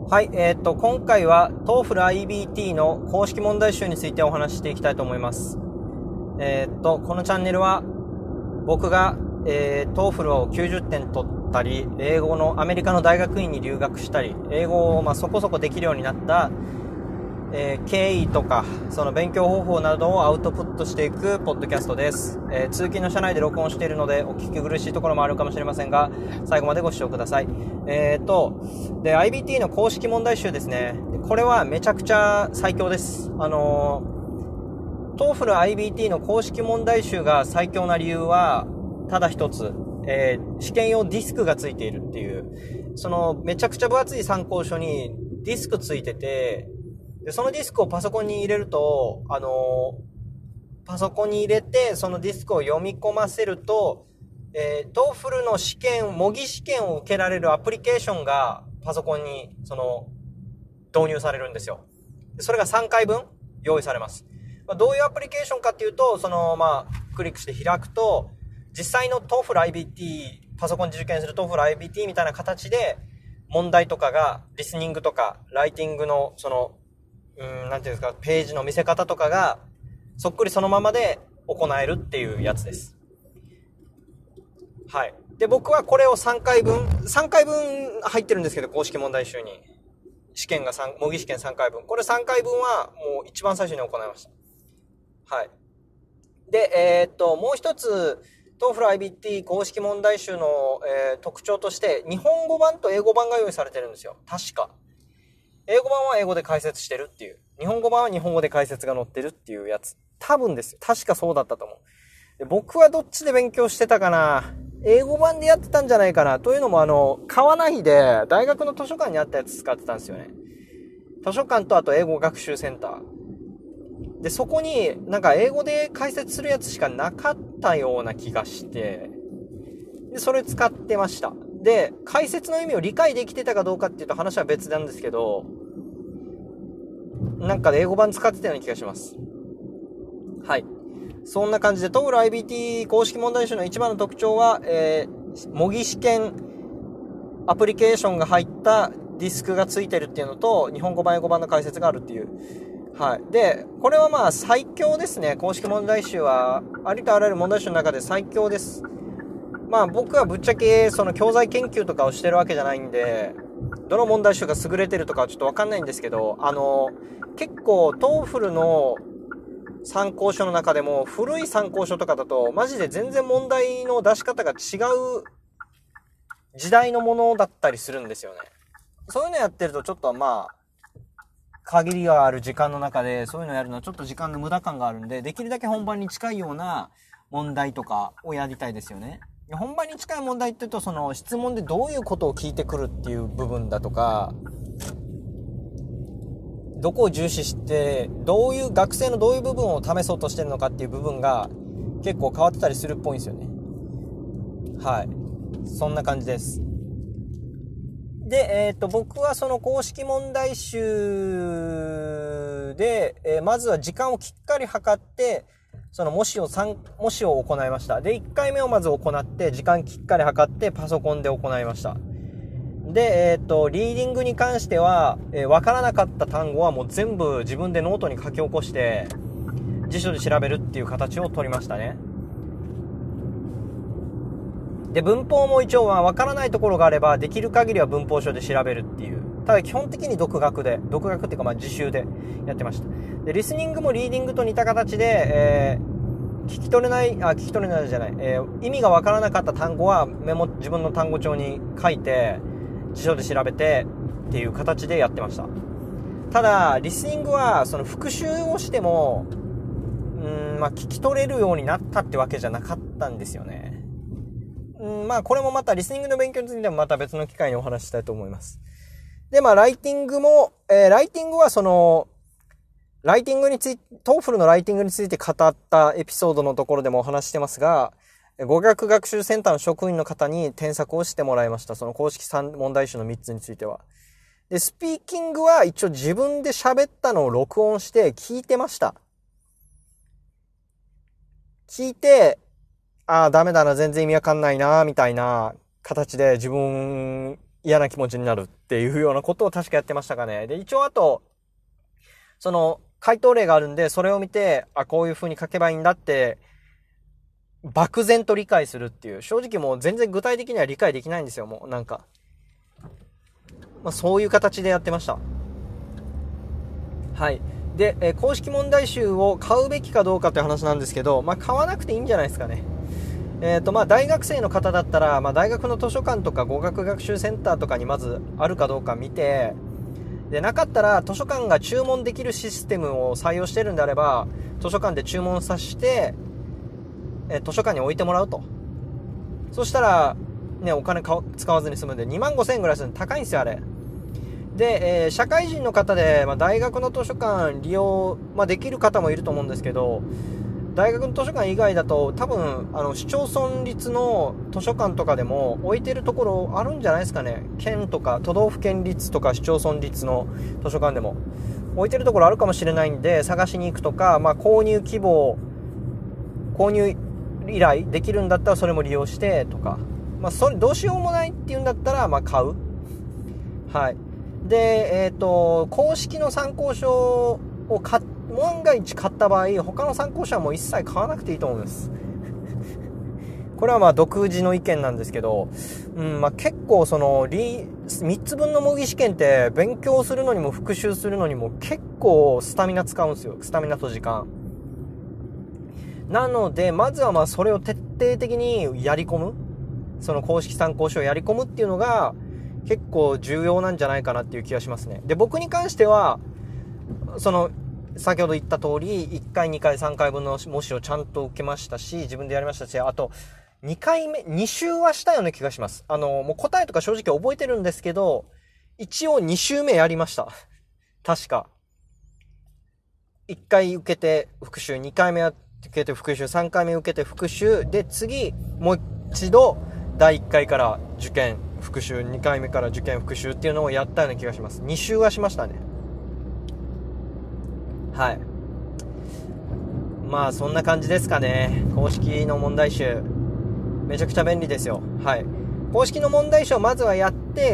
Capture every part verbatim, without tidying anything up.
はい、えー、っと、今回は トーフル アイビーティー の公式問題集についてお話ししていきたいと思います。えー、っと、このチャンネルは僕が、えー、トーフル をきゅうじゅってん取ったり、英語のアメリカの大学院に留学したり、英語をまあそこそこできるようになった、えー、経緯とか、その勉強方法などをアウトプットしていくポッドキャストです。えー、通勤の車内で録音しているのでお聞き苦しいところもあるかもしれませんが、最後までご視聴ください。えーと、で、アイビーティー の公式問題集ですね。これはめちゃくちゃ最強です。あのー、トーフル アイビーティー の公式問題集が最強な理由は、ただ一つ、えー、試験用ディスクがついているっていう、そのめちゃくちゃ分厚い参考書にディスクついてて、で、そのディスクをパソコンに入れると、あのー、パソコンに入れて、そのディスクを読み込ませると、えー、トーフルの試験、模擬試験を受けられるアプリケーションがパソコンに、その、導入されるんですよ。それがさんかいぶん用意されます。まあ、どういうアプリケーションかっていうと、その、まあ、クリックして開くと、実際のトーフル アイビーティー、パソコンで受験するトーフル アイビーティー みたいな形で、問題とかが、リスニングとか、ライティングの、その、うん、なんていうんですか、ページの見せ方とかが、そっくりそのままで行えるっていうやつです。はい。で、僕はこれをさんかいぶん、さんかいぶん入ってるんですけど、公式問題集に。試験が3、模擬試験さんかいぶん。これさんかいぶんはもう一番最初に行いました。はい。で、えー、っと、もう一つ、トーフル アイビーティー 公式問題集の、えー、特徴として、日本語版と英語版が用意されてるんですよ。確か。英語版は英語で解説してるっていう。日本語版は日本語で解説が載ってるっていうやつ。多分ですよ。確かそうだったと思う。で、僕はどっちで勉強してたかな。英語版でやってたんじゃないかな。というのもあの、買わないで大学の図書館にあったやつ使ってたんですよね。図書館とあと英語学習センター。で、そこになんか英語で解説するやつしかなかったような気がして、で、それ使ってました。で、解説の意味を理解できてたかどうかっていうと話は別なんですけど、なんかで英語版使ってたような気がします。はい。そんな感じで、トーフル アイビーティー 公式問題集の一番の特徴は、えー、模擬試験アプリケーションが入ったディスクがついてるっていうのと、日本語版英語版の解説があるっていう。はい。で、これはまあ最強ですね。公式問題集は、ありとあらゆる問題集の中で最強です。まあ僕はぶっちゃけその教材研究とかをしてるわけじゃないんで、どの問題集が優れてるとかはちょっとわかんないんですけど、あの、結構トーフルの参考書の中でも古い参考書とかだとマジで全然問題の出し方が違う時代のものだったりするんですよね。そういうのやってるとちょっとまあ、限りがある時間の中でそういうのやるのはちょっと時間の無駄感があるんで、できるだけ本番に近いような問題とかをやりたいですよね。本番に近い問題って言うと、その質問でどういうことを聞いてくるっていう部分だとか、どこを重視して、どういう学生のどういう部分を試そうとしてるのかっていう部分が結構変わってたりするっぽいんですよね。はい。そんな感じです。で、えっと、僕はその公式問題集で、えー、まずは時間をきっかり測って、その模試を3、模試を行いました。で、いっかいめをまず行って、時間きっかり測ってパソコンで行いました。で、えっと、リーディングに関しては、えー、わからなかった単語はもう全部自分でノートに書き起こして、辞書で調べるっていう形を取りましたね。で、文法も一応はわからないところがあれば、できる限りは文法書で調べるっていう。ただ基本的に独学で、独学っていうかまあ自習でやってました。で、リスニングもリーディングと似た形で、えー、聞き取れない、あ、聞き取れないじゃない、えー、意味がわからなかった単語はメモ、自分の単語帳に書いて、辞書で調べてっていう形でやってました。ただ、リスニングはその復習をしても、うーん、まあ聞き取れるようになったってわけじゃなかったんですよね。うん、まあこれもまたリスニングの勉強についてもまた別の機会にお話ししたいと思います。で、まあライティングも、えー、ライティングはその、ライティングについて、トーフルのライティングについて語ったエピソードのところでもお話してますが、語学学習センターの職員の方に添削をしてもらいました。その公式さん問題集のみっつについては。で、スピーキングは一応自分で喋ったのを録音して聞いてました。聞いて、ああ、ダメだな、全然意味わかんないな、みたいな形で自分嫌な気持ちになるっていうようなことを確かやってましたかね。で、一応あと、その、回答例があるんで、それを見て、あ、こういう風に書けばいいんだって、漠然と理解するっていう、正直もう全然具体的には理解できないんですよ、もうなんか。まあそういう形でやってました。はい。で、えー、公式問題集を買うべきかどうかという話なんですけど、まあ買わなくていいんじゃないですかね。えーとまあ、大学生の方だったら、まあ、大学の図書館とか語学学習センターとかにまずあるかどうか見て、でなかったら図書館が注文できるシステムを採用してるんであれば、図書館で注文させて、えー、図書館に置いてもらうと。そしたら、ね、お金か使わずに済むんでにまんごせんえんぐらいするの高いんですよ、あれ。で、えー、社会人の方で、まあ、大学の図書館利用、まあ、できる方もいると思うんですけど、大学の図書館以外だと多分あの市町村立の図書館とかでも置いてるところあるんじゃないですかね。県とか都道府県立とか市町村立の図書館でも置いてるところあるかもしれないんで、探しに行くとか、まあ、購入希望購入依頼できるんだったらそれも利用してとか、まあ、それどうしようもないっていうんだったらまあ買う。はい。で、えっと公式の参考書を買って万が一買った場合、他の参考書はもう一切買わなくていいと思います。これはまあ独自の意見なんですけど、うんまあ、結構そのみっつぶんの模擬試験って勉強するのにも復習するのにも結構スタミナ使うんですよ。スタミナと時間。なのでまずはまあそれを徹底的にやり込む、その公式参考書をやり込むっていうのが結構重要なんじゃないかなっていう気がしますね。で、僕に関してはその先ほど言った通りいっかいにかいさんかいぶんの模試をちゃんと受けましたし、自分でやりましたし、あとにかいめに週はしたような気がします。あのもう答えとか正直覚えてるんですけど、一応に週目やりました確かいっかい受けて復習、にかいめ受けて復習、さんかいめ受けて復習で、次もう一度だいいっかいから受験復習、にかいめから受験復習っていうのをやったような気がします。に週はしましたね。はい。まあそんな感じですかね。公式の問題集めちゃくちゃ便利ですよ。はい。公式の問題集をまずはやって、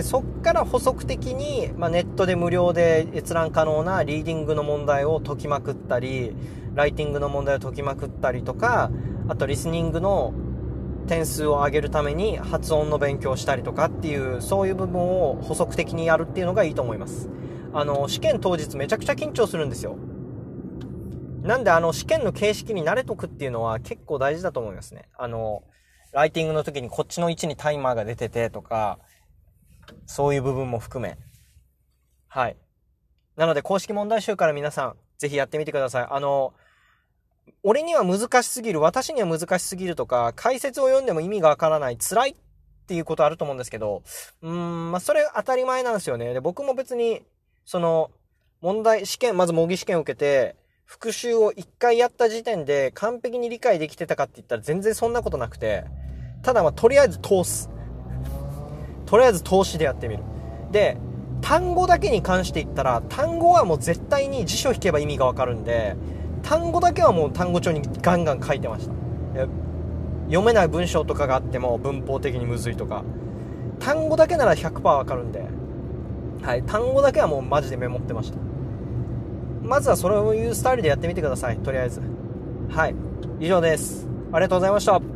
そっから補足的に、まあ、ネットで無料で閲覧可能なリーディングの問題を解きまくったり、ライティングの問題を解きまくったりとか、あとリスニングの点数を上げるために発音の勉強をしたりとかっていう、そういう部分を補足的にやるっていうのがいいと思います。あの試験当日めちゃくちゃ緊張するんですよ。なんであの試験の形式に慣れとくっていうのは結構大事だと思いますね。あのライティングの時にこっちの位置にタイマーが出ててとか、そういう部分も含め、はい。なので公式問題集から皆さんぜひやってみてください。あの俺には難しすぎる、私には難しすぎるとか、解説を読んでも意味がわからない、辛いっていうことあると思うんですけど、うーんまあそれ当たり前なんですよね。で、僕も別にその問題試験、まず模擬試験を受けて復習をいっかいやった時点で完璧に理解できてたかって言ったら全然そんなことなくて、ただまあとりあえず通す、とりあえず通しでやってみる。で、単語だけに関して言ったら、単語はもう絶対に辞書引けば意味がわかるんで、単語だけはもう単語帳にガンガン書いてました。読めない文章とかがあっても文法的にむずいとか、単語だけなら ひゃくパーセント わかるんで、はい、単語だけはもうマジでメモってました。まずはそういうスタイルでやってみてください。とりあえず。はい。以上です。ありがとうございました。